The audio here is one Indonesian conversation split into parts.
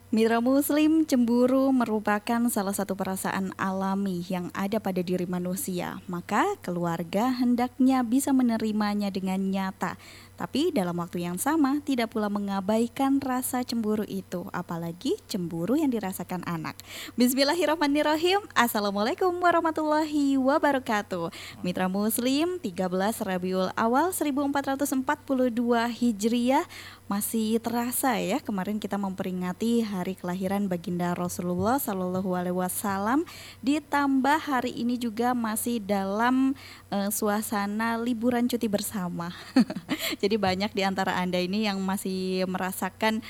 Mitra Muslim, cemburu merupakan salah satu perasaan alami yang ada pada diri manusia. Maka keluarga hendaknya bisa menerimanya dengan nyata. Tapi dalam waktu yang sama tidak pula mengabaikan rasa cemburu itu, apalagi cemburu yang dirasakan anak. Bismillahirrahmanirrahim. Assalamualaikum warahmatullahi wabarakatuh. Mitra Muslim, 13 Rabiul Awal 1442 Hijriah. Masih terasa ya, kemarin kita memperingati hari kelahiran baginda Rasulullah Shallallahu Alaihi Wasallam. Ditambah hari ini juga masih dalam suasana liburan cuti bersama. Jadi banyak di antara Anda ini yang masih merasakan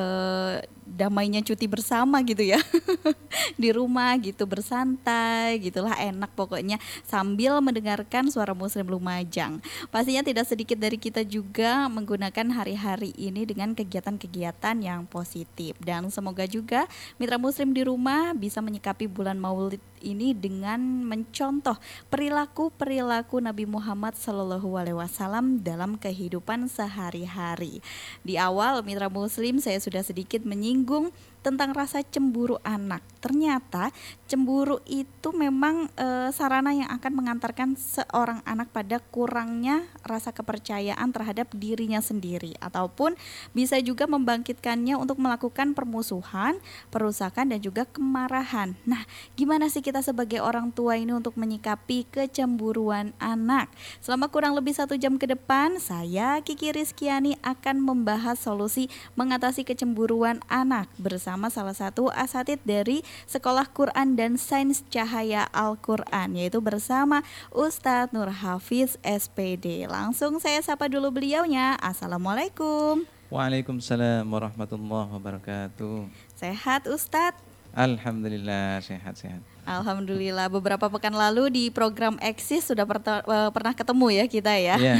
damainya cuti bersama gitu ya. Di rumah gitu bersantai gitulah, enak pokoknya sambil mendengarkan suara Muslim Lumajang. Pastinya tidak sedikit dari kita juga menggunakan hari-hari ini dengan kegiatan-kegiatan yang positif, dan semoga juga mitra Muslim di rumah bisa menyikapi bulan Maulid ini dengan mencontoh perilaku Nabi Muhammad Sallallahu Alaihi Wasallam dalam kehidupan sehari-hari. Di awal mitra Muslim saya sudah sedikit menyinggung tentang rasa cemburu anak. Ternyata cemburu itu memang sarana yang akan mengantarkan seorang anak pada kurangnya rasa kepercayaan terhadap dirinya sendiri, ataupun bisa juga membangkitkannya untuk melakukan permusuhan, perusakan, dan juga kemarahan. Nah, gimana sih kita sebagai orang tua ini untuk menyikapi kecemburuan anak? Selama kurang lebih 1 jam ke depan, saya Kiki Rizkiani akan membahas solusi mengatasi kecemburuan anak bersama salah satu asatid dari Sekolah Quran dan Sains Cahaya Al-Quran, yaitu bersama Ustadz Nur Hafiz SPD. Langsung saya sapa dulu beliaunya. Assalamualaikum. Waalaikumsalam warahmatullahi wabarakatuh. Sehat Ustadz? Alhamdulillah sehat-sehat. Alhamdulillah, beberapa pekan lalu di program Eksis sudah pernah ketemu ya kita ya. Yeah.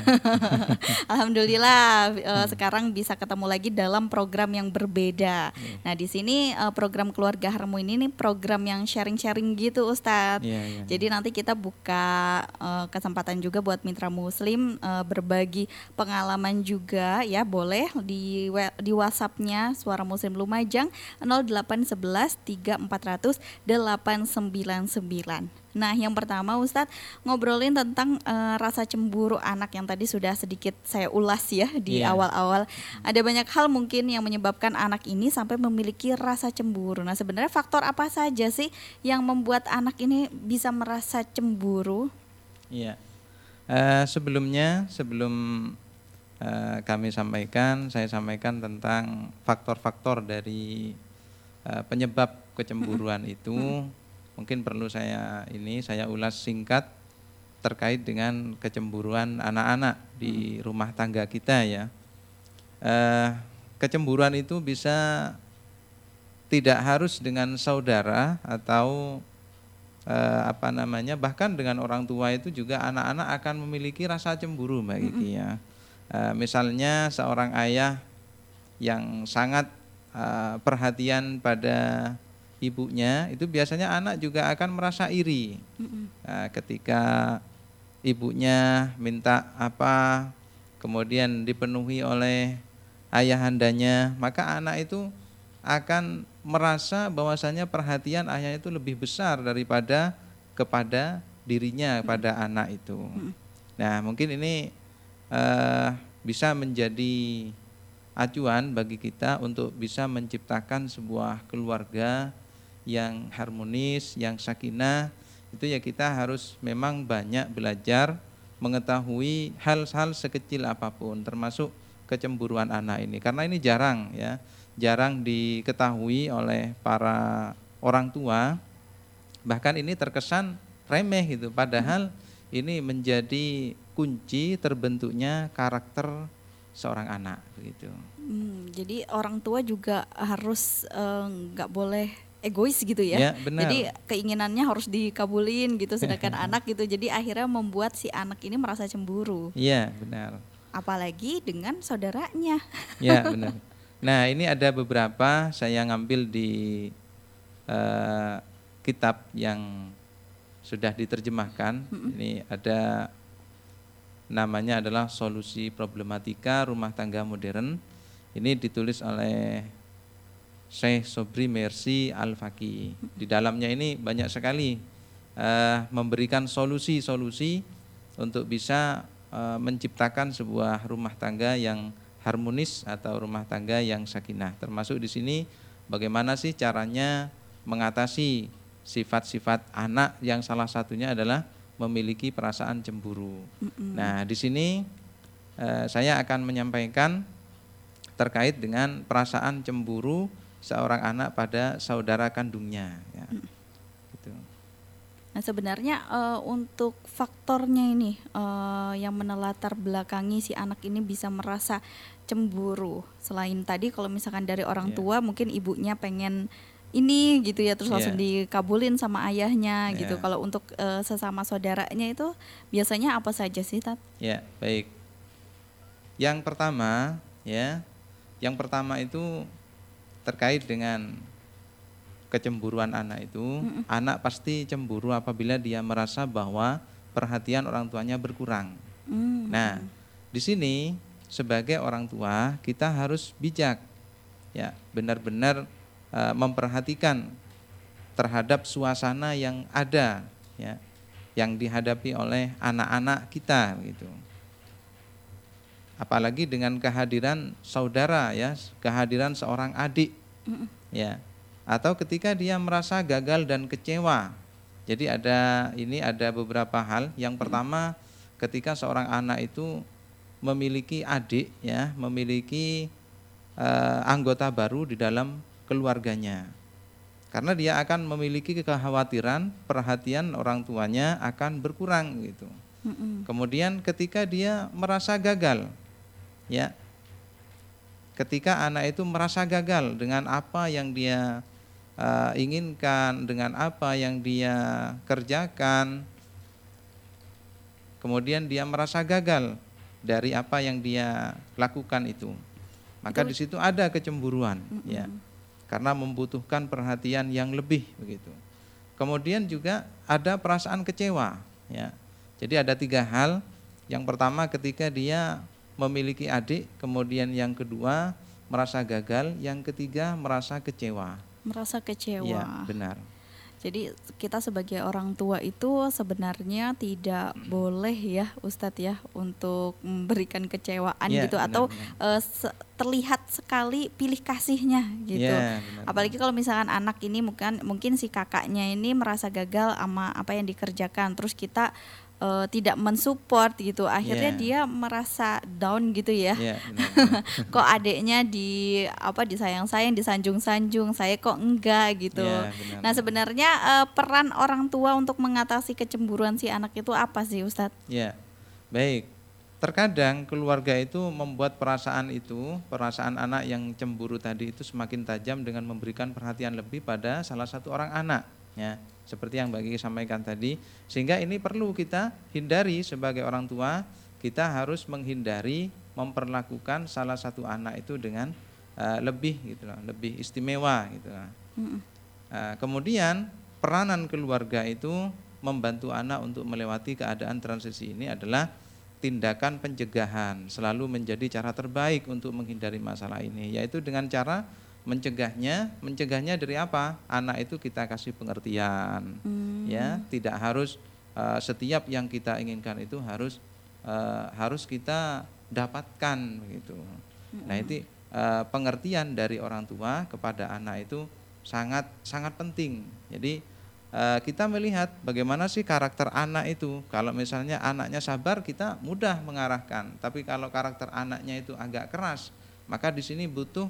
Alhamdulillah sekarang bisa ketemu lagi dalam program yang berbeda. Nah di sini program Keluarga Harmoni ini program yang sharing-sharing gitu Ustadz. Jadi nanti kita buka kesempatan juga buat mitra Muslim berbagi pengalaman juga ya, boleh di WhatsApp-nya Suara Muslim Lumajang 0811 3400 899. Nah, yang pertama Ustadz ngobrolin tentang rasa cemburu anak yang tadi sudah sedikit saya ulas ya di awal-awal. Ada banyak hal mungkin yang menyebabkan anak ini sampai memiliki rasa cemburu. Nah, sebenarnya faktor apa saja sih yang membuat anak ini bisa merasa cemburu? Iya. Sebelum saya sampaikan tentang faktor-faktor dari penyebab kecemburuan itu. Mungkin perlu saya ulas singkat terkait dengan kecemburuan anak-anak di rumah tangga kita ya. Kecemburuan itu bisa tidak harus dengan saudara atau bahkan dengan orang tua itu juga anak-anak akan memiliki rasa cemburu Mbak Kiki ya. Misalnya seorang ayah yang sangat perhatian pada ibunya, itu biasanya anak juga akan merasa iri. Ketika ibunya minta apa, kemudian dipenuhi oleh ayahandanya, maka anak itu akan merasa bahwasanya perhatian ayahnya itu lebih besar daripada kepada dirinya, pada anak itu. Nah, mungkin ini bisa menjadi acuan bagi kita untuk bisa menciptakan sebuah keluarga yang harmonis, yang sakinah. Itu ya kita harus memang banyak belajar mengetahui hal-hal sekecil apapun, termasuk kecemburuan anak ini. Karena ini jarang diketahui oleh para orang tua. Bahkan ini terkesan remeh gitu, padahal ini menjadi kunci terbentuknya karakter seorang anak begitu. Jadi orang tua juga harus nggak boleh egois gitu ya. Benar. Jadi keinginannya harus dikabulin gitu, sedangkan anak gitu. Jadi akhirnya membuat si anak ini merasa cemburu. Iya, benar. Apalagi dengan saudaranya. Ya, benar. Nah, ini ada beberapa saya ngambil di kitab yang sudah diterjemahkan. Ini ada namanya adalah Solusi Problematika Rumah Tangga Modern. Ini ditulis oleh Syekh Sobri Mersi Al-Faqih. Di dalamnya ini banyak sekali memberikan solusi-solusi untuk bisa menciptakan sebuah rumah tangga yang harmonis atau rumah tangga yang sakinah. Termasuk di sini bagaimana sih caranya mengatasi sifat-sifat anak yang salah satunya adalah memiliki perasaan cemburu. Nah, di sini saya akan menyampaikan terkait dengan perasaan cemburu seorang anak pada saudara kandungnya. Ya. Gitu. Nah sebenarnya untuk faktornya ini yang menelatar belakangi si anak ini bisa merasa cemburu. Selain tadi kalau misalkan dari orang tua mungkin ibunya pengen ini gitu ya terus langsung dikabulin sama ayahnya gitu. Kalau untuk sesama saudaranya itu biasanya apa saja sih, Tat? Ya, baik. Yang pertama itu terkait dengan kecemburuan anak itu, anak pasti cemburu apabila dia merasa bahwa perhatian orang tuanya berkurang. Nah, di sini sebagai orang tua kita harus bijak, ya, benar-benar memperhatikan terhadap suasana yang ada, ya, yang dihadapi oleh anak-anak kita, gitu. Apalagi dengan kehadiran saudara, ya, kehadiran seorang adik, ya. Atau ketika dia merasa gagal dan kecewa. Jadi ada beberapa hal. Yang pertama, ketika seorang anak itu memiliki adik, ya, memiliki anggota baru di dalam keluarganya. Karena dia akan memiliki kekhawatiran perhatian orang tuanya akan berkurang gitu. Kemudian ketika dia merasa gagal, ya. Ketika anak itu merasa gagal dengan apa yang dia inginkan, dengan apa yang dia kerjakan, kemudian dia merasa gagal dari apa yang dia lakukan itu, maka di situ ada kecemburuan, ya, karena membutuhkan perhatian yang lebih begitu. Kemudian juga ada perasaan kecewa, ya. Jadi ada 3 hal. Yang pertama ketika dia memiliki adik, kemudian yang kedua merasa gagal, yang ketiga merasa kecewa. Merasa kecewa. Ya, benar. Jadi kita sebagai orang tua itu sebenarnya tidak boleh ya Ustadz ya untuk memberikan kecewaan gitu, benar, atau terlihat sekali pilih kasihnya gitu. Benar, apalagi kalau misalkan anak ini mungkin si kakaknya ini merasa gagal sama apa yang dikerjakan, terus kita tidak mensupport gitu, akhirnya dia merasa down gitu ya. Benar. Kok adeknya disayang-sayang, disanjung-sanjung, saya kok enggak gitu. Nah sebenarnya peran orang tua untuk mengatasi kecemburuan si anak itu apa sih, Ustadz? Ya, baik. Terkadang keluarga itu membuat perasaan anak yang cemburu tadi itu semakin tajam dengan memberikan perhatian lebih pada salah satu orang anak, ya. Seperti yang Mbak Kiki sampaikan tadi, sehingga ini perlu kita hindari sebagai orang tua. Kita harus menghindari memperlakukan salah satu anak itu dengan lebih gitu loh, lebih istimewa gitu loh. Kemudian peranan keluarga itu membantu anak untuk melewati keadaan transisi ini adalah tindakan pencegahan, selalu menjadi cara terbaik untuk menghindari masalah ini, yaitu dengan cara mencegahnya dari apa? Anak itu kita kasih pengertian, ya, tidak harus setiap yang kita inginkan itu harus kita dapatkan begitu. Nah, itu pengertian dari orang tua kepada anak itu sangat sangat penting. Jadi kita melihat bagaimana sih karakter anak itu. Kalau misalnya anaknya sabar, kita mudah mengarahkan. Tapi kalau karakter anaknya itu agak keras, maka di sini butuh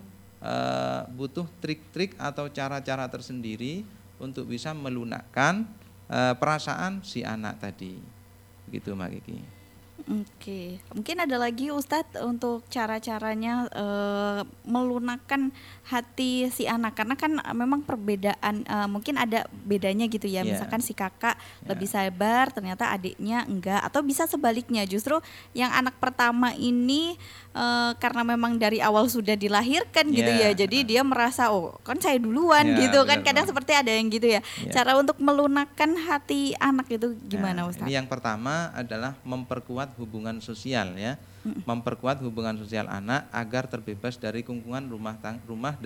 trik-trik atau cara-cara tersendiri untuk bisa melunakkan perasaan si anak tadi. Begitu Mbak Kiki. Oke, mungkin ada lagi Ustadz untuk cara-caranya melunakkan hati si anak, karena kan memang perbedaan, mungkin ada bedanya gitu ya. Misalkan si kakak lebih sabar, ternyata adiknya enggak, atau bisa sebaliknya, justru yang anak pertama ini karena memang dari awal sudah dilahirkan gitu ya, jadi dia merasa oh kan saya duluan gitu kan, kadang seperti ada yang gitu ya. Cara untuk melunakkan hati anak itu gimana Ustadz? Ini yang pertama adalah memperkuat hubungan sosial, ya. Memperkuat hubungan sosial anak agar terbebas dari kungkungan rumah dan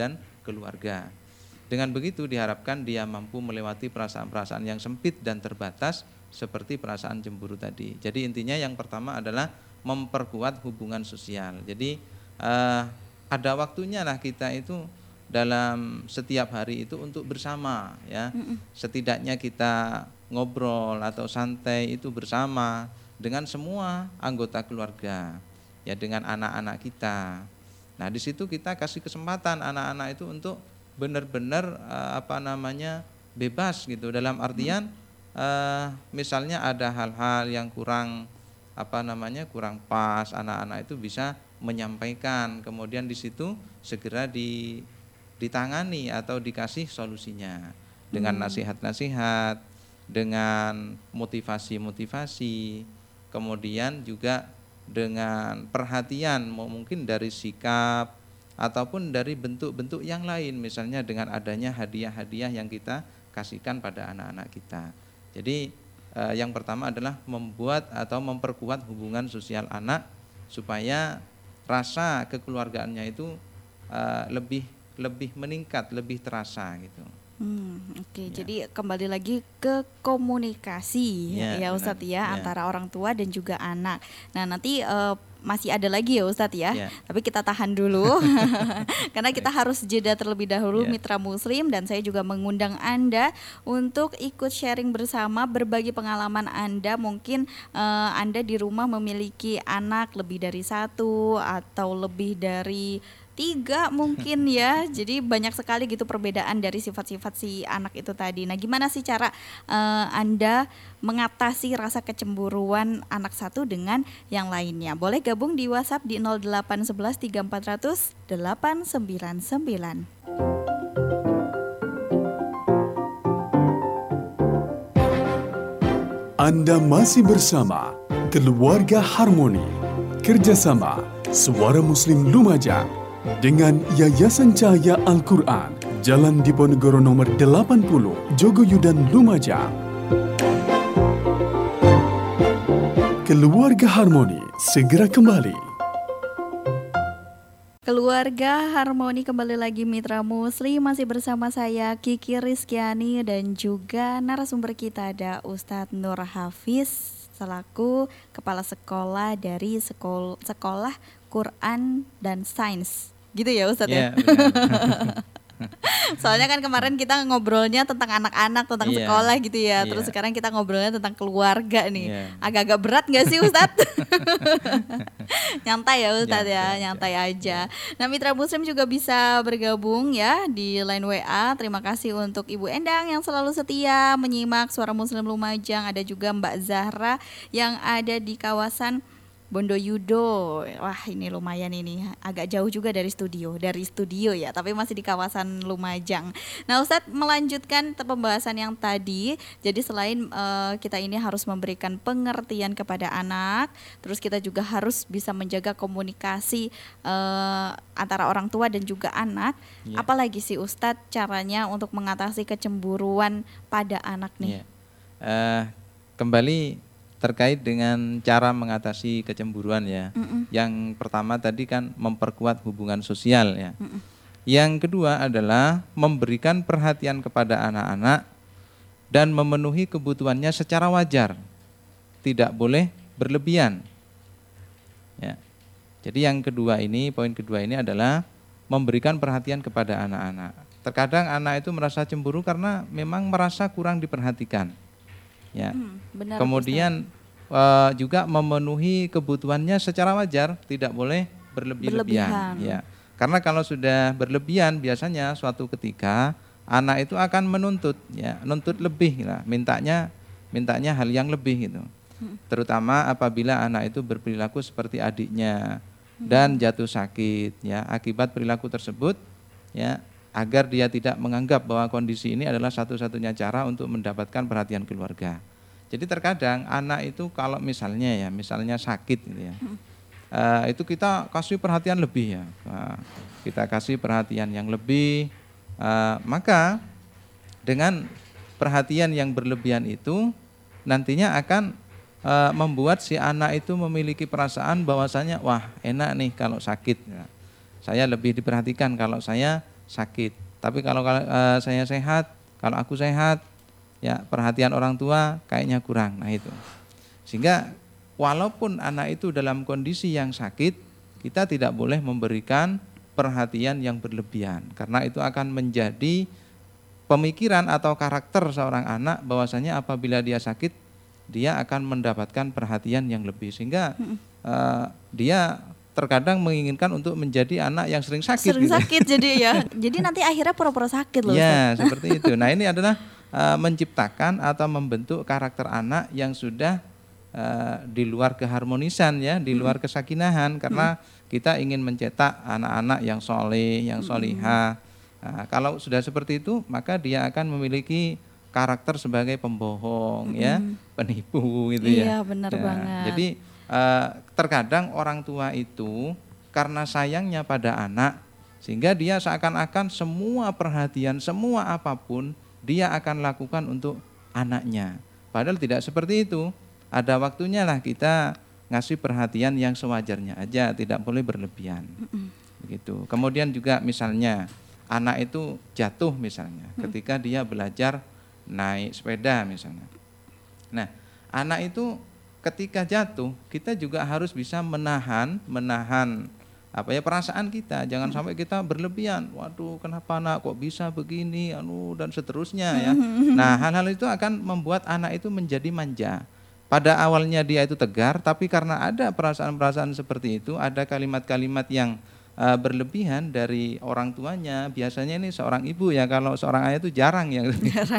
keluarga. Dengan begitu diharapkan dia mampu melewati perasaan-perasaan yang sempit dan terbatas seperti perasaan cemburu tadi. Jadi intinya yang pertama adalah memperkuat hubungan sosial. Jadi ada waktunya lah kita itu dalam setiap hari itu untuk bersama ya. Setidaknya kita ngobrol atau santai itu bersama dengan semua anggota keluarga. Ya, dengan anak-anak kita. Nah, di situ kita kasih kesempatan anak-anak itu untuk benar-benar bebas gitu, dalam artian misalnya ada hal-hal yang kurang kurang pas, anak-anak itu bisa menyampaikan, kemudian di situ segera ditangani atau dikasih solusinya dengan nasihat-nasihat, dengan motivasi-motivasi, kemudian juga dengan perhatian mungkin dari sikap ataupun dari bentuk-bentuk yang lain, misalnya dengan adanya hadiah-hadiah yang kita kasihkan pada anak-anak kita. Jadi yang pertama adalah membuat atau memperkuat hubungan sosial anak supaya rasa kekeluargaannya itu lebih meningkat, lebih terasa gitu. Oke. Jadi kembali lagi ke komunikasi ya Ustadz ya, antara orang tua dan juga anak. Nah nanti masih ada lagi ya Ustadz ya, tapi kita tahan dulu karena kita harus jeda terlebih dahulu Mitra Muslim, dan saya juga mengundang Anda untuk ikut sharing bersama, berbagi pengalaman Anda. Mungkin Anda di rumah memiliki anak lebih dari 1 atau lebih dari 3 mungkin ya. Jadi banyak sekali gitu perbedaan dari sifat-sifat si anak itu tadi. Nah, gimana sih cara Anda mengatasi rasa kecemburuan anak satu dengan yang lainnya? Boleh gabung di WhatsApp di 0811 3400 899. Anda masih bersama Keluarga Harmoni, kerjasama Suara Muslim Lumajang dengan Yayasan Cahaya Al-Quran, Jalan Diponegoro nomor 80, Jogoyudan, Lumajang. Keluarga Harmoni segera kembali. Keluarga Harmoni kembali lagi Mitra Muslim, masih bersama saya Kiki Rizkyani dan juga narasumber kita ada Ustadz Nur Hafiz selaku Kepala Sekolah dari Sekolah Quran dan Sains. Gitu ya Ustadz ya? Soalnya kan kemarin kita ngobrolnya tentang anak-anak, tentang sekolah gitu ya. Terus sekarang kita ngobrolnya tentang keluarga nih. Agak-agak berat gak sih Ustadz? Nyantai ya Ustadz nyantai aja. Nah Mitra Muslim juga bisa bergabung ya di line WA. Terima kasih untuk Ibu Endang yang selalu setia menyimak Suara Muslim Lumajang. Ada juga Mbak Zahra yang ada di kawasan Bondoyudo. Wah ini lumayan, ini agak jauh juga dari studio ya, tapi masih di kawasan Lumajang. Nah Ustadz melanjutkan pembahasan yang tadi. Jadi selain kita ini harus memberikan pengertian kepada anak, terus kita juga harus bisa menjaga komunikasi antara orang tua dan juga anak. Apalagi sih Ustadz caranya untuk mengatasi kecemburuan pada anak nih? Kembali terkait dengan cara mengatasi kecemburuan ya. Yang pertama tadi kan memperkuat hubungan sosial ya. Yang kedua adalah memberikan perhatian kepada anak-anak dan memenuhi kebutuhannya secara wajar. Tidak boleh berlebihan. Ya. Jadi yang kedua ini, poin kedua ini adalah memberikan perhatian kepada anak-anak. Terkadang anak itu merasa cemburu karena memang merasa kurang diperhatikan. Ya. Benar, kemudian juga memenuhi kebutuhannya secara wajar, tidak boleh berlebihan. Ya. Karena kalau sudah berlebihan biasanya suatu ketika anak itu akan menuntut, ya, nuntut lebih, lah, mintanya hal yang lebih gitu. Terutama apabila anak itu berperilaku seperti adiknya dan jatuh sakit, ya, akibat perilaku tersebut, ya, agar dia tidak menganggap bahwa kondisi ini adalah satu-satunya cara untuk mendapatkan perhatian keluarga. Jadi terkadang anak itu kalau misalnya sakit gitu ya, itu kita kasih perhatian lebih ya, kita kasih perhatian yang lebih, maka dengan perhatian yang berlebihan itu nantinya akan membuat si anak itu memiliki perasaan bahwasanya wah enak nih kalau sakit, ya. Saya lebih diperhatikan kalau saya sakit. Tapi kalau saya sehat, kalau aku sehat, ya perhatian orang tua kayaknya kurang. Nah itu. Sehingga walaupun anak itu dalam kondisi yang sakit, kita tidak boleh memberikan perhatian yang berlebihan. Karena itu akan menjadi pemikiran atau karakter seorang anak bahwasanya apabila dia sakit, dia akan mendapatkan perhatian yang lebih. Sehingga dia terkadang menginginkan untuk menjadi anak yang sering sakit. Sering gitu. sakit jadi ya. Jadi nanti akhirnya pura-pura sakit loh. Ya, seperti itu. Nah ini adalah menciptakan atau membentuk karakter anak yang sudah di luar keharmonisan ya, di luar kesakinahan, karena kita ingin mencetak anak-anak yang soleh, yang solihah. Nah, kalau sudah seperti itu, maka dia akan memiliki karakter sebagai pembohong, ya, penipu, gitu ya. Iya, benar banget. Jadi terkadang orang tua itu karena sayangnya pada anak, sehingga dia seakan-akan semua perhatian, semua apapun dia akan lakukan untuk anaknya. Padahal tidak seperti itu. Ada waktunya lah kita ngasih perhatian yang sewajarnya aja, tidak boleh berlebihan. Begitu. Kemudian juga misalnya anak itu jatuh misalnya ketika dia belajar naik sepeda misalnya. Nah, anak itu ketika jatuh kita juga harus bisa menahan perasaan kita. Jangan sampai kita berlebihan. Waduh, kenapa anak kok bisa begini, dan seterusnya ya. Nah, hal-hal itu akan membuat anak itu menjadi manja. Pada awalnya dia itu tegar, tapi karena ada perasaan-perasaan seperti itu, ada kalimat-kalimat yang berlebihan dari orang tuanya. Biasanya ini seorang ibu ya, kalau seorang ayah itu jarang ya.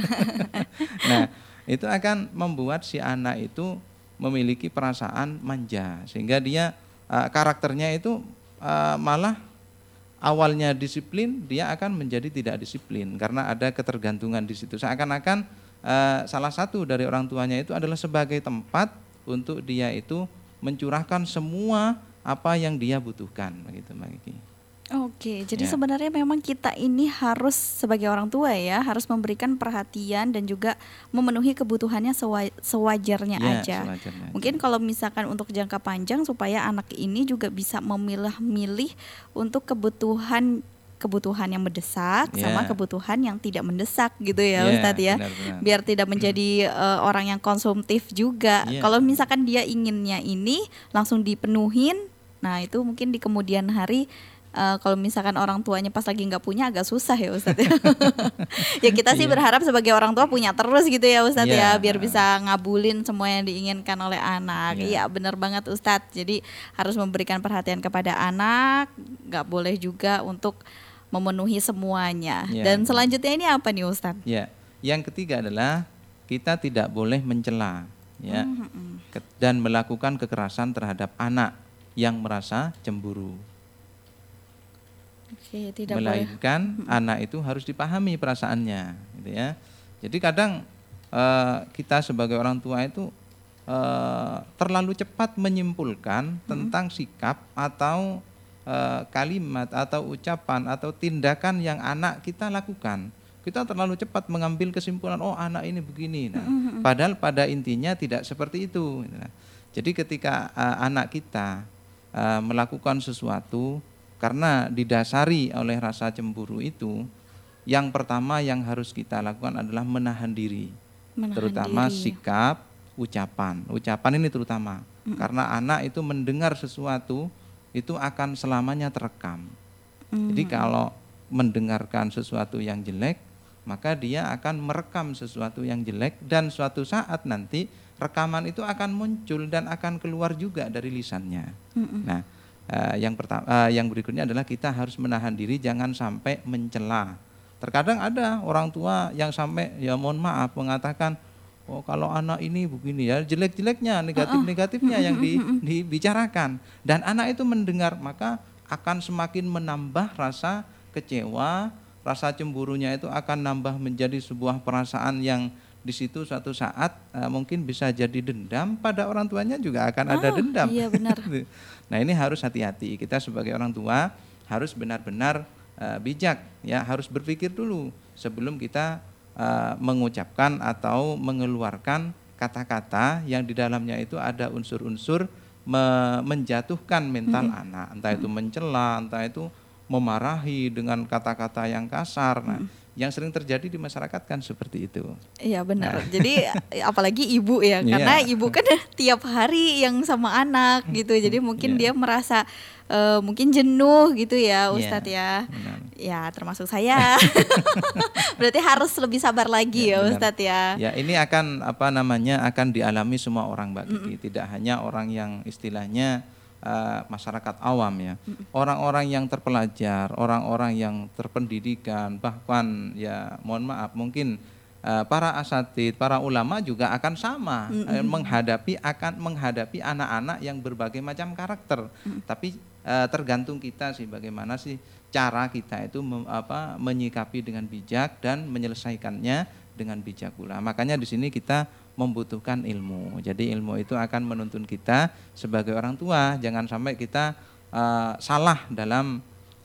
Nah, itu akan membuat si anak itu memiliki perasaan manja, sehingga dia karakternya itu malah awalnya disiplin, dia akan menjadi tidak disiplin karena ada ketergantungan di situ. Seakan-akan salah satu dari orang tuanya itu adalah sebagai tempat untuk dia itu mencurahkan semua apa yang dia butuhkan, begitu Mbak Kiki. Oke, jadi Ya. sebenarnya memang kita ini harus sebagai orang tua ya, harus memberikan perhatian dan juga memenuhi kebutuhannya sewajarnya Ya, aja. sewajarnya aja. Mungkin kalau misalkan untuk jangka panjang supaya anak ini juga bisa memilah-milih untuk kebutuhan yang mendesak sama kebutuhan yang tidak mendesak gitu ya, Ustadz ya. Benar-benar. Biar tidak menjadi orang yang konsumtif juga. Iya. Kalau misalkan dia inginnya ini langsung dipenuhin, nah itu mungkin di kemudian hari kalau misalkan orang tuanya pas lagi nggak punya agak susah ya Ustadz ya. Ya kita sih berharap sebagai orang tua punya terus gitu ya Ustadz ya, biar bisa ngabulin semua yang diinginkan oleh anak. Iya benar banget Ustadz. Jadi harus memberikan perhatian kepada anak, nggak boleh juga untuk memenuhi semuanya. Dan selanjutnya ini apa nih Ustadz? Ya, yang ketiga adalah kita tidak boleh mencela, ya, dan melakukan kekerasan terhadap anak yang merasa cemburu. Oke, tidak Melainkan anak itu harus dipahami perasaannya, gitu ya. Jadi kadang kita sebagai orang tua itu terlalu cepat menyimpulkan tentang sikap atau kalimat atau ucapan atau tindakan yang anak kita lakukan. Kita terlalu cepat mengambil kesimpulan, oh anak ini begini. Nah, padahal pada intinya tidak seperti itu. Jadi ketika anak kita melakukan sesuatu karena didasari oleh rasa cemburu itu, yang pertama yang harus kita lakukan adalah menahan diri. Terutama sikap, ucapan. Ucapan ini terutama. Karena anak itu mendengar sesuatu itu akan selamanya terekam. Jadi kalau mendengarkan sesuatu yang jelek, maka dia akan merekam sesuatu yang jelek dan suatu saat nanti rekaman itu akan muncul dan akan keluar juga dari lisannya. Nah, yang berikutnya adalah kita harus menahan diri jangan sampai mencela. Terkadang ada orang tua yang sampai ya mohon maaf mengatakan, oh kalau anak ini begini ya, jelek-jeleknya, negatif-negatifnya yang dibicarakan. Dan anak itu mendengar, maka akan semakin menambah rasa kecewa, rasa cemburunya itu akan nambah menjadi sebuah perasaan yang di situ suatu saat mungkin bisa jadi dendam, pada orang tuanya juga akan ada dendam. Iya benar. Nah ini harus hati-hati, kita sebagai orang tua harus benar-benar bijak, ya harus berpikir dulu sebelum kita mengucapkan atau mengeluarkan kata-kata yang di dalamnya itu ada unsur-unsur menjatuhkan mental anak, entah itu mencela, entah itu memarahi dengan kata-kata yang kasar. Nah, yang sering terjadi di masyarakat kan seperti itu. Iya benar. Jadi apalagi ibu ya, karena ibu kan tiap hari yang sama anak gitu. Jadi mungkin dia merasa mungkin jenuh gitu ya Ustadz ya. Benar. Ya termasuk saya. Berarti harus lebih sabar lagi ya Ustadz ya. Ya ini akan akan dialami semua orang Mbak Kiki. Tidak hanya orang yang istilahnya masyarakat awam ya, orang-orang yang terpelajar, orang-orang yang terpendidikan, bahkan ya mohon maaf mungkin para asatidz, para ulama juga akan sama menghadapi anak-anak yang berbagai macam karakter. Tapi tergantung kita sih bagaimana sih cara kita itu menyikapi dengan bijak dan menyelesaikannya dengan bijak pula. Makanya di sini kita membutuhkan ilmu. Jadi ilmu itu akan menuntun kita sebagai orang tua, jangan sampai kita salah dalam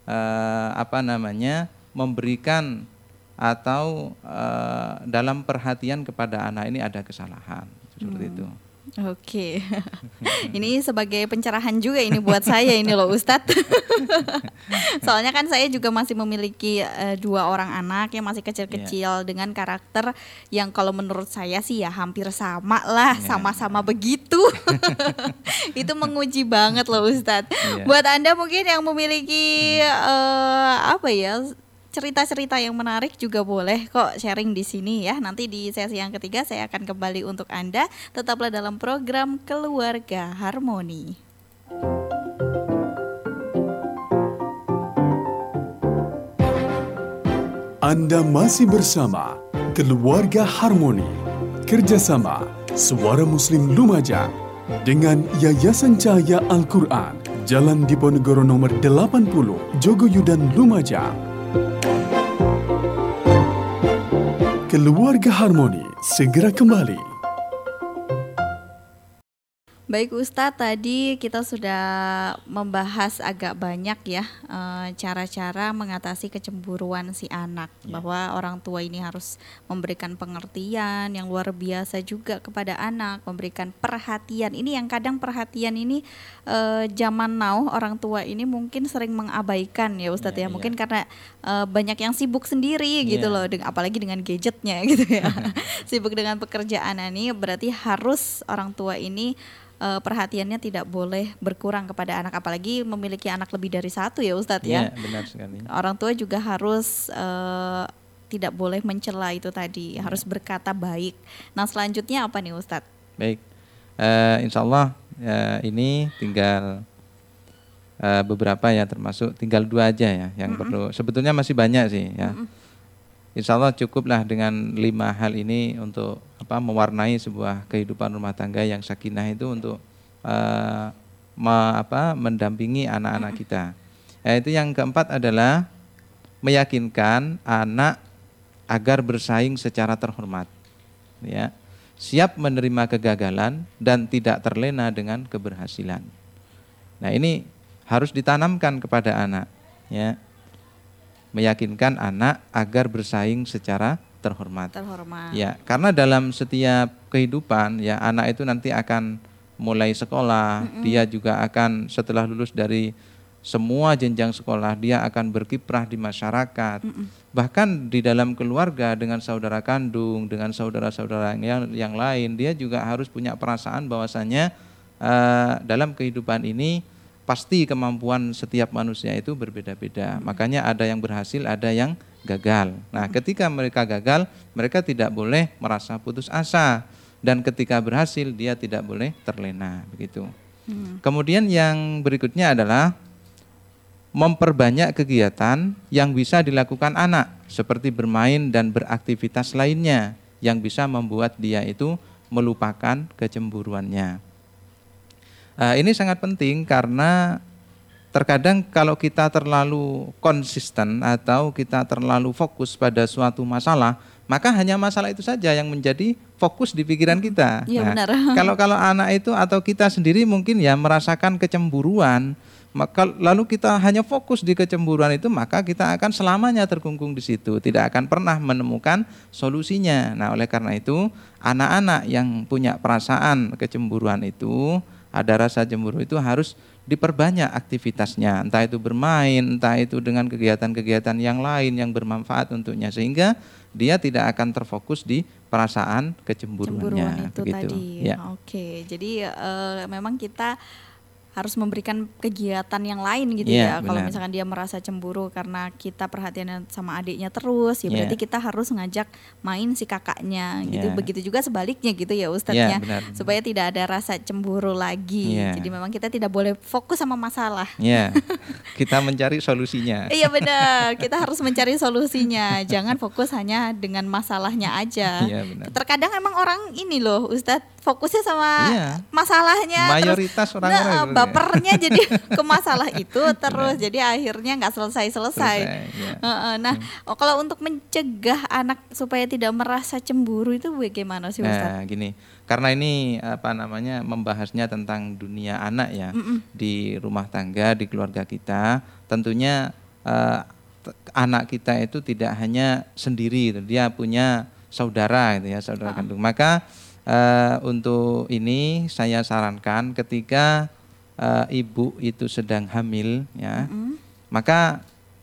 memberikan atau dalam perhatian kepada anak ini ada kesalahan seperti itu. Oke. Ini sebagai pencerahan juga ini buat saya ini loh Ustadz. Soalnya kan saya juga masih memiliki 2 orang anak yang masih kecil-kecil dengan karakter yang kalau menurut saya sih ya hampir sama lah, sama-sama begitu. Itu menguji banget loh Ustadz. Buat Anda mungkin yang memiliki cerita-cerita yang menarik juga boleh kok sharing di sini ya. Nanti di sesi yang ketiga saya akan kembali untuk Anda. Tetaplah dalam program Keluarga Harmoni. Anda masih bersama Keluarga Harmoni, kerjasama Suara Muslim Lumajang dengan Yayasan Cahaya Al-Quran, Jalan Diponegoro nomor 80, Jogoyudan, Lumajang. Keluarga Harmoni segera kembali. Baik Ustadz, tadi kita sudah membahas agak banyak ya cara-cara mengatasi kecemburuan si anak, bahwa orang tua ini harus memberikan pengertian yang luar biasa juga kepada anak, memberikan perhatian. Ini yang kadang perhatian ini zaman now orang tua ini mungkin sering mengabaikan ya Ustadz ya, mungkin karena banyak yang sibuk sendiri gitu loh, apalagi dengan gadgetnya gitu ya. Sibuk dengan pekerjaan ini, berarti harus orang tua ini perhatiannya tidak boleh berkurang kepada anak, apalagi memiliki anak lebih dari 1 ya Ustadz ya. Benar sekali. Orang tua juga harus tidak boleh mencela itu tadi, harus berkata baik. Nah selanjutnya apa nih Ustadz? Baik, insya Allah ini tinggal beberapa ya, termasuk tinggal 2 aja ya yang perlu. Sebetulnya masih banyak sih ya. Insya Allah cukuplah dengan 5 hal ini untuk mewarnai sebuah kehidupan rumah tangga yang sakinah itu untuk mendampingi anak-anak kita. Itu yang keempat adalah meyakinkan anak agar bersaing secara terhormat, ya, siap menerima kegagalan dan tidak terlena dengan keberhasilan. Nah ini harus ditanamkan kepada anak, ya. Meyakinkan anak agar bersaing secara terhormat. Ya, karena dalam setiap kehidupan ya anak itu nanti akan mulai sekolah, dia juga akan setelah lulus dari semua jenjang sekolah dia akan berkiprah di masyarakat. Bahkan di dalam keluarga dengan saudara kandung, dengan saudara-saudara yang lain, dia juga harus punya perasaan bahwasanya dalam kehidupan ini pasti kemampuan setiap manusia itu berbeda-beda. Makanya ada yang berhasil, ada yang gagal. Nah, ketika mereka gagal, mereka tidak boleh merasa putus asa. Dan ketika berhasil, dia tidak boleh terlena, begitu. Kemudian yang berikutnya adalah memperbanyak kegiatan yang bisa dilakukan anak, seperti bermain dan beraktivitas lainnya yang bisa membuat dia itu melupakan kecemburuannya. Ini sangat penting karena terkadang kalau kita terlalu konsisten atau kita terlalu fokus pada suatu masalah, maka hanya masalah itu saja yang menjadi fokus di pikiran kita. Ya, nah, benar. Kalau anak itu atau kita sendiri mungkin ya merasakan kecemburuan, maka lalu kita hanya fokus di kecemburuan itu, maka kita akan selamanya terkungkung di situ, tidak akan pernah menemukan solusinya. Nah, oleh karena itu anak-anak yang punya perasaan kecemburuan itu, ada rasa cemburu itu harus diperbanyak aktivitasnya, entah itu bermain, entah itu dengan kegiatan-kegiatan yang lain yang bermanfaat untuknya, sehingga dia tidak akan terfokus di perasaan kecemburuannya. Cemburuan itu begitu. tadi. Ya. Oke, jadi memang kita harus memberikan kegiatan yang lain gitu Iya, ya. Kalau benar. misalkan dia merasa cemburu karena kita perhatian sama adiknya terus, ya berarti Iya. kita harus ngajak main si kakaknya gitu. Iya. Begitu juga sebaliknya gitu ya Ustadznya, Iya, benar. supaya tidak ada rasa cemburu lagi. Iya. Jadi memang kita tidak boleh fokus sama masalah. Ya, kita mencari solusinya. Iya benar, kita harus mencari solusinya. Jangan fokus hanya dengan masalahnya aja. Iya, benar. Terkadang emang orang ini loh Ustadz, fokusnya sama Iya. masalahnya. Mayoritas terus, orang-orang nah, seperti itu. bapernya jadi ke masalah itu terus. Jadi akhirnya nggak selesai-selesai. Ya. Nah, kalau untuk mencegah anak supaya tidak merasa cemburu itu bagaimana sih Ustadz? Nah, gini, karena ini membahasnya tentang dunia anak ya, di rumah tangga, di keluarga kita, tentunya anak kita itu tidak hanya sendiri, gitu. Dia punya saudara gitu ya, saudara kandung. Maka untuk ini saya sarankan ketika ibu itu sedang hamil ya, maka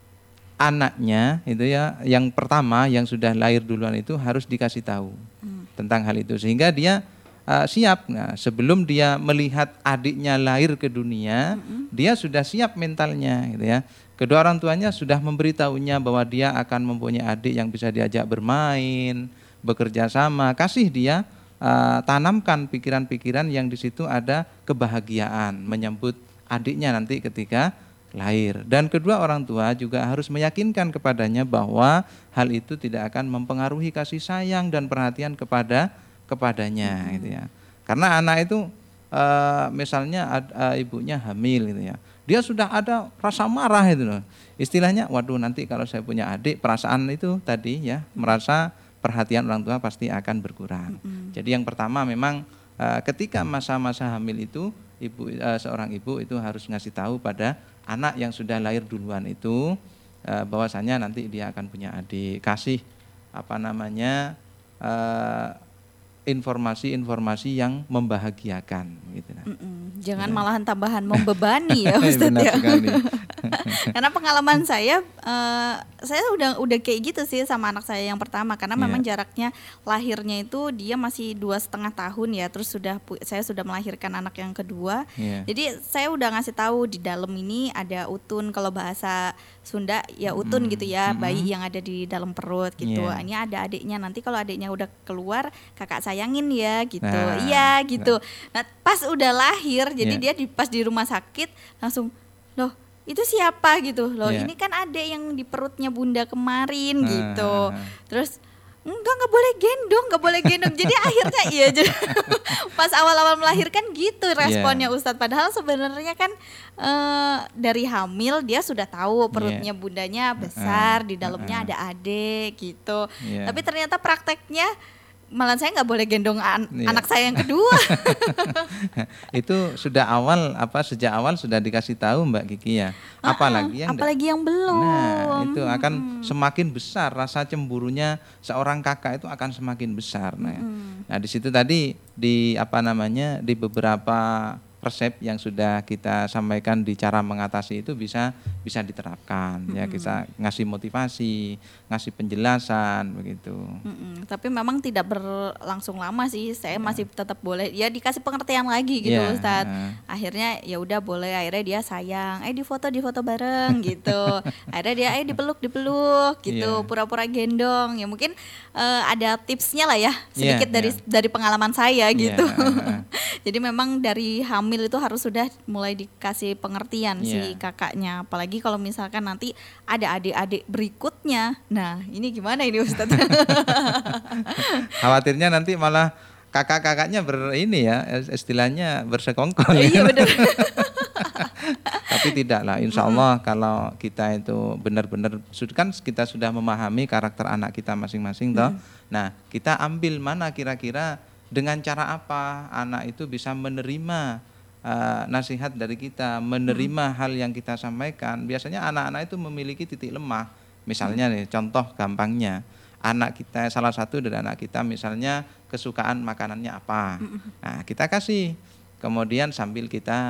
anaknya itu ya, yang pertama yang sudah lahir duluan itu harus dikasih tahu tentang hal itu, sehingga dia siap. Nah, sebelum dia melihat adiknya lahir ke dunia, dia sudah siap mentalnya gitu ya. Kedua orang tuanya sudah memberitahunya bahwa dia akan mempunyai adik yang bisa diajak bermain, bekerja sama, kasih dia tanamkan pikiran-pikiran yang di situ ada kebahagiaan menyambut adiknya nanti ketika lahir. Dan kedua orang tua juga harus meyakinkan kepadanya bahwa hal itu tidak akan mempengaruhi kasih sayang dan perhatian kepadanya gitu ya. Karena anak itu misalnya ibunya hamil gitu ya, dia sudah ada rasa marah itu loh. Istilahnya, waduh nanti kalau saya punya adik, perasaan itu tadi ya, merasa perhatian orang tua pasti akan berkurang. Jadi yang pertama memang ketika masa-masa hamil itu seorang ibu itu harus ngasih tahu pada anak yang sudah lahir duluan itu bahwasanya nanti dia akan punya adik, kasih informasi-informasi yang membahagiakan gitu. Jangan malahan tambahan membebani ya Ustadz Benar ya. sekali. Karena pengalaman saya udah kayak gitu sih sama anak saya yang pertama, karena memang jaraknya lahirnya itu dia masih 2,5 tahun ya, terus saya sudah melahirkan anak yang kedua. Jadi saya udah ngasih tahu di dalam ini ada utun, kalau bahasa Sunda ya utun gitu ya, bayi yang ada di dalam perut gitu. Ini ada adiknya, nanti kalau adiknya udah keluar kakak sayangin ya gitu. Iya gitu. Nah pas udah lahir, jadi dia pas di rumah sakit langsung, loh itu siapa gitu loh, ini kan adek yang di perutnya bunda kemarin gitu. Terus nggak boleh gendong. Jadi akhirnya iya pas awal-awal melahirkan gitu responnya Ustadz. Padahal sebenarnya kan dari hamil dia sudah tahu perutnya bundanya besar, di dalamnya ada adek gitu. Tapi ternyata prakteknya malah saya nggak boleh gendong anak saya yang kedua. Itu sejak awal sudah dikasih tahu Mbak Kiki ya. Apalagi yang belum. Nah, itu akan semakin besar rasa cemburunya seorang kakak, itu akan semakin besar. Nah, di situ tadi di beberapa resep yang sudah kita sampaikan di cara mengatasi itu bisa diterapkan ya, kita ngasih motivasi, ngasih penjelasan begitu. Tapi memang tidak berlangsung lama sih, saya masih tetap boleh ya dikasih pengertian lagi gitu Ustadz. Akhirnya ya udah boleh, akhirnya dia sayang, di foto bareng gitu. Akhirnya dia dipeluk gitu, pura-pura gendong. Ya mungkin ada tipsnya lah ya sedikit dari pengalaman saya gitu. Jadi memang dari hamil itu harus sudah mulai dikasih pengertian si kakaknya. Apalagi kalau misalkan nanti ada adik-adik berikutnya. Nah ini gimana ini Ustadz? Khawatirnya nanti malah kakak-kakaknya istilahnya bersekongkol. Iya benar. Tapi tidak lah, insya Allah kalau kita itu benar-benar kan kita sudah memahami karakter anak kita masing-masing toh. Nah kita ambil mana kira-kira dengan cara apa anak itu bisa menerima nasihat dari kita, menerima hal yang kita sampaikan. Biasanya anak-anak itu memiliki titik lemah. Misalnya nih, contoh gampangnya, salah satu dari anak kita misalnya kesukaan makanannya apa. Nah, kita kasih. Kemudian sambil kita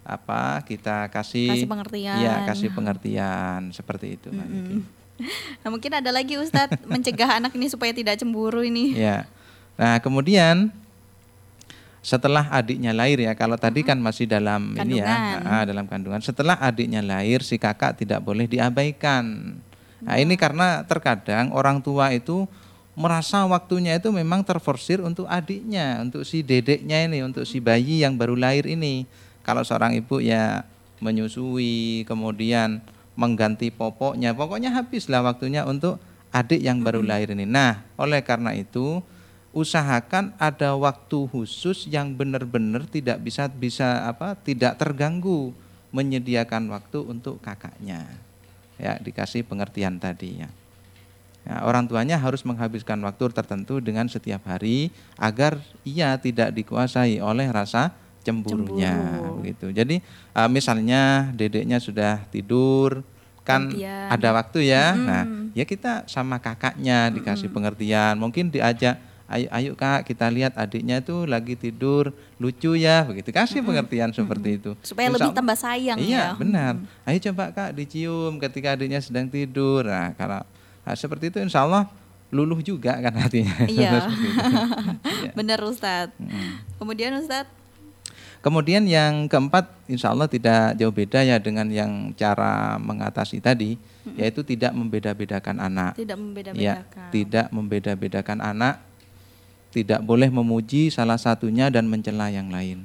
kita kasih pengertian. Ya, kasih pengertian seperti itu. Nah, mungkin ada lagi Ustadz mencegah anak ini supaya tidak cemburu ini. Ya. Nah, kemudian setelah adiknya lahir ya, kalau tadi kan masih dalam kandungan. Ini ya, dalam kandungan. Setelah adiknya lahir, si kakak tidak boleh diabaikan. Nah, ini karena terkadang orang tua itu merasa waktunya itu memang terforsir untuk adiknya, untuk si dedeknya ini, untuk si bayi yang baru lahir ini. Kalau seorang ibu ya menyusui, kemudian mengganti popoknya, pokoknya habislah waktunya untuk adik yang baru lahir ini. Nah, oleh karena itu usahakan ada waktu khusus yang benar-benar tidak tidak terganggu, menyediakan waktu untuk kakaknya. Ya, dikasih pengertian tadi ya. Ya, orang tuanya harus menghabiskan waktu tertentu dengan setiap hari agar ia tidak dikuasai oleh rasa cemburunya begitu. Jadi misalnya dedeknya sudah tidur kan ada waktu ya. Nah, ya kita sama kakaknya dikasih pengertian, mungkin diajak ayo Kak, kita lihat adiknya itu lagi tidur lucu ya begitu. Kasih pengertian seperti itu. Supaya lebih tambah sayang ya. Iya, benar. Ayo coba Kak dicium ketika adiknya sedang tidur. Nah, kalau seperti itu insya Allah luluh juga kan hatinya. Iya. Benar Ustadz. Kemudian Ustadz? Kemudian yang keempat insya Allah tidak jauh beda ya dengan yang cara mengatasi tadi, yaitu tidak membeda-bedakan anak. Tidak membeda-bedakan. Ya, tidak membeda-bedakan anak, tidak boleh memuji salah satunya dan mencela yang lain.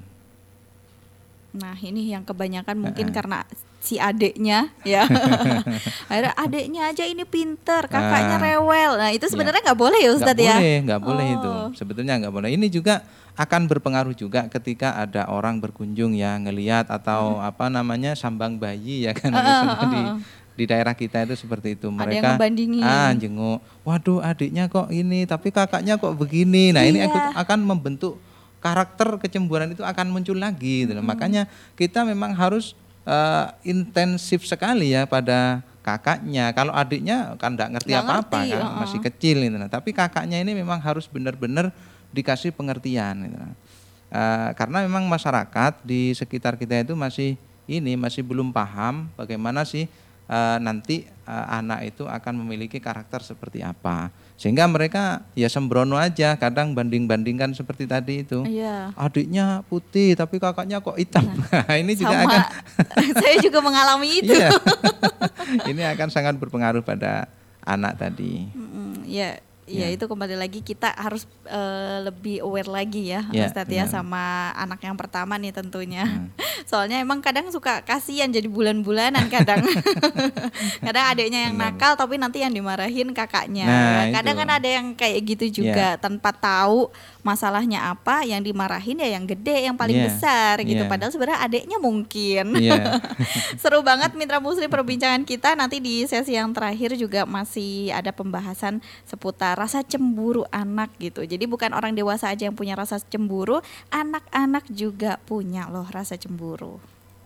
Nah ini yang kebanyakan mungkin karena si adeknya ya. Akhirnya adeknya aja ini pinter, kakaknya rewel. Nah itu sebenarnya nggak boleh ya Ustadz ya? Nggak boleh itu. Sebetulnya nggak boleh. Ini juga akan berpengaruh juga ketika ada orang berkunjung ya, ngelihat atau sambang bayi ya kan. Di daerah kita itu seperti itu. Mereka ada yang ngebandingin. Jenguk, waduh adiknya kok ini, tapi kakaknya kok begini. Nah ini akan membentuk karakter kecemburuan itu akan muncul lagi gitu. Makanya kita memang harus intensif sekali ya pada kakaknya. Kalau adiknya kan enggak ngerti apa-apa kan, masih kecil gitu. Tapi kakaknya ini memang harus benar-benar dikasih pengertian gitu. Karena memang masyarakat di sekitar kita itu masih belum paham bagaimana sih nanti anak itu akan memiliki karakter seperti apa, sehingga mereka ya sembrono aja, kadang banding-bandingkan seperti tadi itu. Adiknya putih tapi kakaknya kok hitam. Ini juga akan saya juga mengalami itu. Ini akan sangat berpengaruh pada anak tadi. Ya itu kembali lagi kita harus lebih aware lagi ya Ustadz ya sama anak yang pertama nih tentunya. Soalnya emang kadang suka kasihan jadi bulan-bulanan kadang. Kadang adiknya yang nakal tapi nanti yang dimarahin kakaknya. Kadang kan ada yang kayak gitu juga tanpa tahu masalahnya apa, yang dimarahin ya yang gede, yang paling besar gitu. Padahal sebenarnya adiknya mungkin. Seru banget Mitra Muslim perbincangan kita. Nanti di sesi yang terakhir juga masih ada pembahasan seputar rasa cemburu anak gitu. Jadi bukan orang dewasa aja yang punya rasa cemburu, anak-anak juga punya loh rasa cemburu.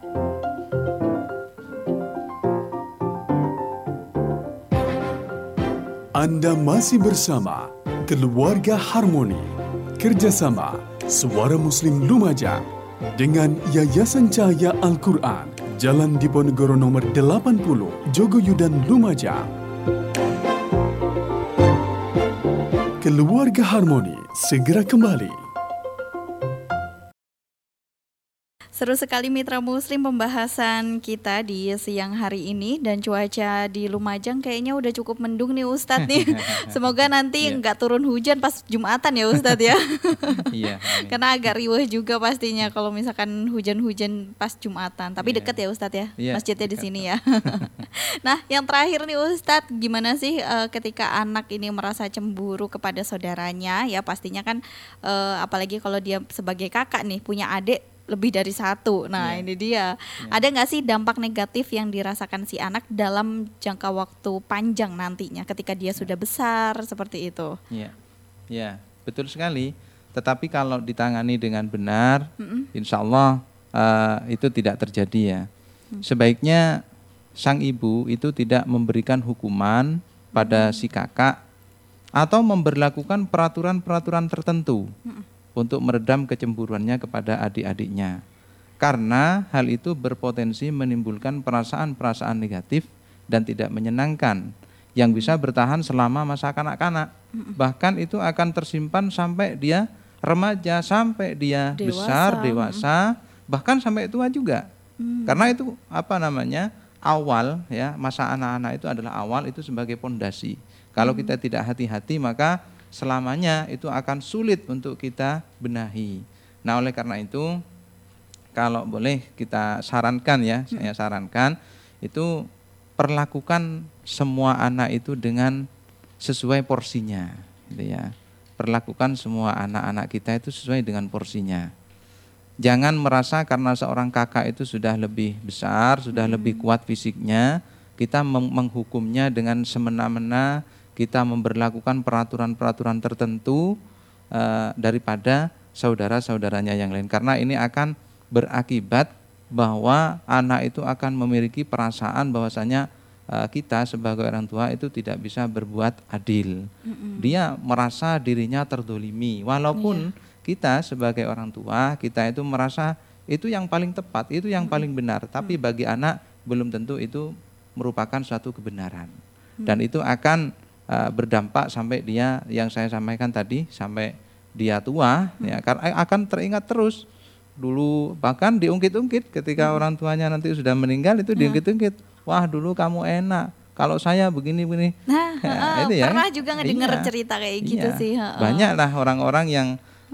Anda masih bersama Keluarga Harmoni, kerjasama Suara Muslim Lumajang dengan Yayasan Cahaya Al-Quran, Jalan Diponegoro nomor 80, Jogoyudan, Lumajang. Keluarga Harmoni segera kembali. Seru sekali Mitra Muslim pembahasan kita di siang hari ini, dan cuaca di Lumajang kayaknya udah cukup mendung nih Ustadz nih. Semoga nanti nggak turun hujan pas Jumatan ya Ustadz ya. Karena agak riuh juga pastinya kalau misalkan hujan-hujan pas Jumatan. Tapi dekat ya Ustadz ya, masjidnya di sini ya. Nah yang terakhir nih Ustadz, gimana sih ketika anak ini merasa cemburu kepada saudaranya ya, pastinya kan apalagi kalau dia sebagai kakak nih punya adik lebih dari satu. Nah ini dia. Ada nggak sih dampak negatif yang dirasakan si anak dalam jangka waktu panjang nantinya ketika dia sudah besar seperti itu? Ya, betul sekali. Tetapi kalau ditangani dengan benar, insya Allah itu tidak terjadi ya. Sebaiknya sang ibu itu tidak memberikan hukuman pada si kakak atau memberlakukan peraturan-peraturan tertentu untuk meredam kecemburuannya kepada adik-adiknya. karena hal itu berpotensi menimbulkan perasaan-perasaan negatif dan tidak menyenangkan yang bisa bertahan selama masa kanak-kanak. Bahkan itu akan tersimpan sampai dia remaja, sampai dia besar, dewasa, bahkan sampai tua juga. Karena itu awal ya, masa anak-anak itu adalah awal, itu sebagai pondasi. Kalau kita tidak hati-hati maka selamanya itu akan sulit untuk kita benahi. Nah, oleh karena itu kalau boleh kita sarankan ya, saya sarankan itu perlakukan semua anak itu dengan sesuai porsinya, gitu ya. Perlakukan semua anak-anak kita itu sesuai dengan porsinya. Jangan merasa karena seorang kakak itu sudah lebih besar, sudah lebih kuat fisiknya, kita menghukumnya dengan semena-mena, kita memberlakukan peraturan-peraturan tertentu daripada saudara-saudaranya yang lain. Karena ini akan berakibat bahwa anak itu akan memiliki perasaan bahwasanya kita sebagai orang tua itu tidak bisa berbuat adil. Dia merasa dirinya terdolimi, walaupun kita sebagai orang tua, kita itu merasa itu yang paling tepat, itu yang paling benar. Tapi bagi anak belum tentu itu merupakan suatu kebenaran. Dan itu akan berdampak sampai dia, yang saya sampaikan tadi, sampai dia tua, ya, akan teringat terus. Dulu bahkan diungkit-ungkit ketika orang tuanya nanti sudah meninggal, itu diungkit-ungkit. Wah, dulu kamu enak, kalau saya begini-begini. Nah, itu ya. Pernah juga ngedenger cerita kayak gitu sih. Banyaklah orang-orang yang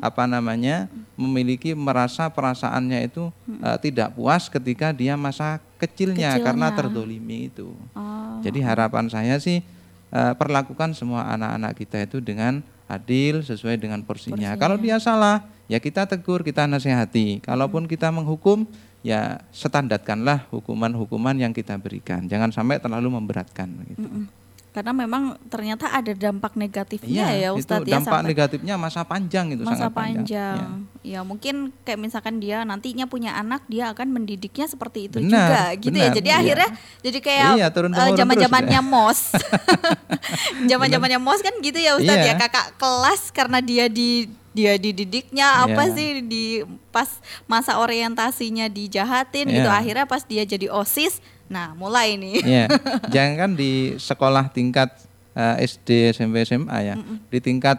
memiliki merasa perasaannya itu tidak puas ketika dia masa kecilnya karena terdolimi itu. Jadi harapan saya sih perlakukan semua anak-anak kita itu dengan adil sesuai dengan porsinya. Kalau dia salah, ya kita tegur, kita nasihati. Kalaupun kita menghukum, ya standarkanlah hukuman-hukuman yang kita berikan. Jangan sampai terlalu memberatkan gitu. Karena memang ternyata ada dampak negatifnya ya Ustadz ya. Dampak negatifnya masa panjang itu, masa sangat panjang. Ya mungkin kayak misalkan dia nantinya punya anak, dia akan mendidiknya seperti itu juga gitu ya. Jadi akhirnya jadi kayak zaman-zamannya MOS. Zaman-zamannya MOS kan gitu ya Ustadz ya. Kakak kelas karena dia dididiknya sih di pas masa orientasinya dijahatin gitu, akhirnya pas dia jadi OSIS, nah mulai nih. Jangan kan di sekolah tingkat SD, SMP, SMA ya, di tingkat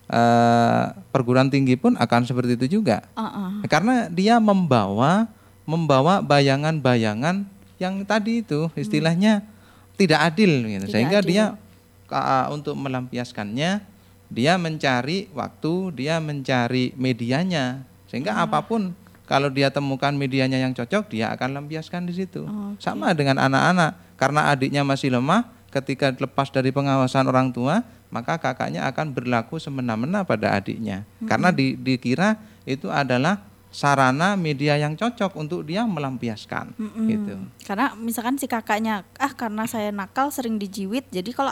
perguruan tinggi pun akan seperti itu juga. Karena dia membawa bayangan-bayangan yang tadi itu istilahnya tidak adil gitu. Sehingga dia untuk melampiaskannya, dia mencari waktu, dia mencari medianya, sehingga apapun kalau dia temukan medianya yang cocok, dia akan lampiaskan di situ. Sama dengan anak-anak, karena adiknya masih lemah, ketika lepas dari pengawasan orang tua, maka kakaknya akan berlaku semena-mena pada adiknya, karena dikira itu adalah sarana media yang cocok untuk dia melampiaskan gitu. Karena misalkan si kakaknya karena saya nakal sering dijiwit, jadi kalau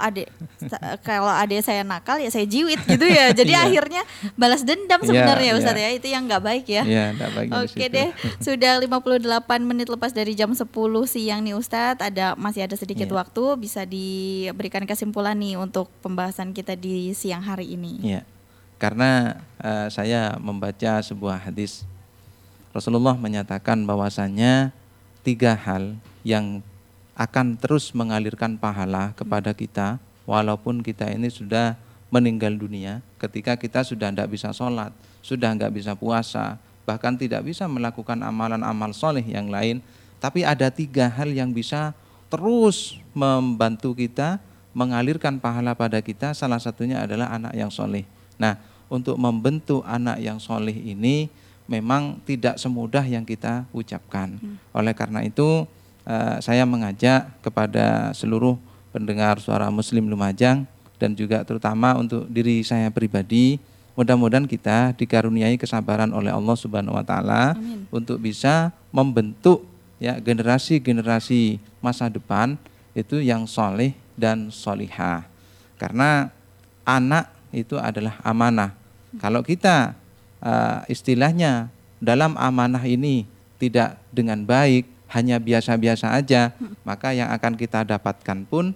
adik saya nakal ya saya jiwit gitu ya. Jadi akhirnya balas dendam sebenarnya Ustadz ya. Itu yang nggak baik ya. Nggak baik. Oke deh, sudah 58 menit lepas dari jam 10 siang nih Ustadz. Masih ada sedikit waktu, bisa diberikan kesimpulan nih untuk pembahasan kita di siang hari ini. Karena saya membaca sebuah hadis. Rasulullah menyatakan bahwasannya 3 hal yang akan terus mengalirkan pahala kepada kita walaupun kita ini sudah meninggal dunia. Ketika kita sudah tidak bisa sholat, sudah nggak bisa puasa, bahkan tidak bisa melakukan amalan-amal soleh yang lain, tapi ada 3 hal yang bisa terus membantu kita, mengalirkan pahala pada kita. Salah satunya adalah anak yang soleh. Nah, untuk membentuk anak yang soleh ini memang tidak semudah yang kita ucapkan. Oleh karena itu saya mengajak kepada seluruh pendengar Suara Muslim Lumajang dan juga terutama untuk diri saya pribadi, mudah-mudahan kita dikaruniai kesabaran oleh Allah Subhanahu wa taala untuk bisa membentuk ya generasi-generasi masa depan itu yang soleh dan solihah. Karena anak itu adalah amanah. Kalau kita istilahnya dalam amanah ini tidak dengan baik, hanya biasa-biasa aja, maka yang akan kita dapatkan pun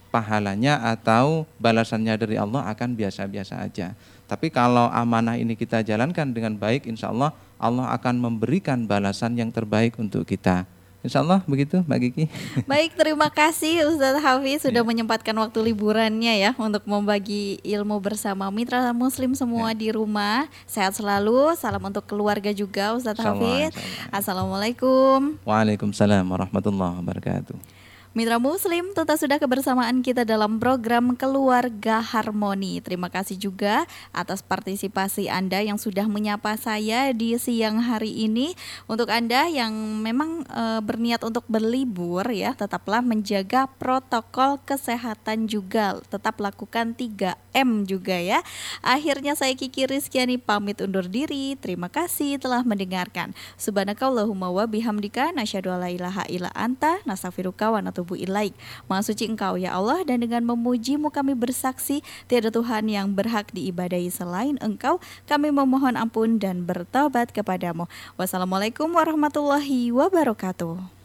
pahalanya atau balasannya dari Allah akan biasa-biasa aja. Tapi kalau amanah ini kita jalankan dengan baik, insya Allah Allah akan memberikan balasan yang terbaik untuk kita. Insya Allah begitu Mbak Kiki. Baik, terima kasih Ustadz Hafiz sudah menyempatkan waktu liburannya ya untuk membagi ilmu bersama mitra muslim semua di rumah. Sehat selalu, salam untuk keluarga juga Ustadz Hafiz. Assalamualaikum. Waalaikumsalam warahmatullahi wabarakatuh. Mitra Muslim, tuntas sudah kebersamaan kita dalam program Keluarga Harmoni. Terima kasih juga atas partisipasi Anda yang sudah menyapa saya di siang hari ini. Untuk Anda yang memang berniat untuk berlibur ya, tetaplah menjaga protokol kesehatan juga. Tetap lakukan 3M juga ya. Akhirnya saya Kiki Rizkyani pamit undur diri. Terima kasih telah mendengarkan. Subhanakallahumma wa bihamdika nasyhadu alla ilaha illa anta nastaghfiruka wa natubu ilaik. Maha suci Engkau ya Allah, dan dengan memujimu kami bersaksi tiada Tuhan yang berhak diibadahi selain Engkau. Kami memohon ampun dan bertobat kepadamu. Wassalamualaikum warahmatullahi wabarakatuh.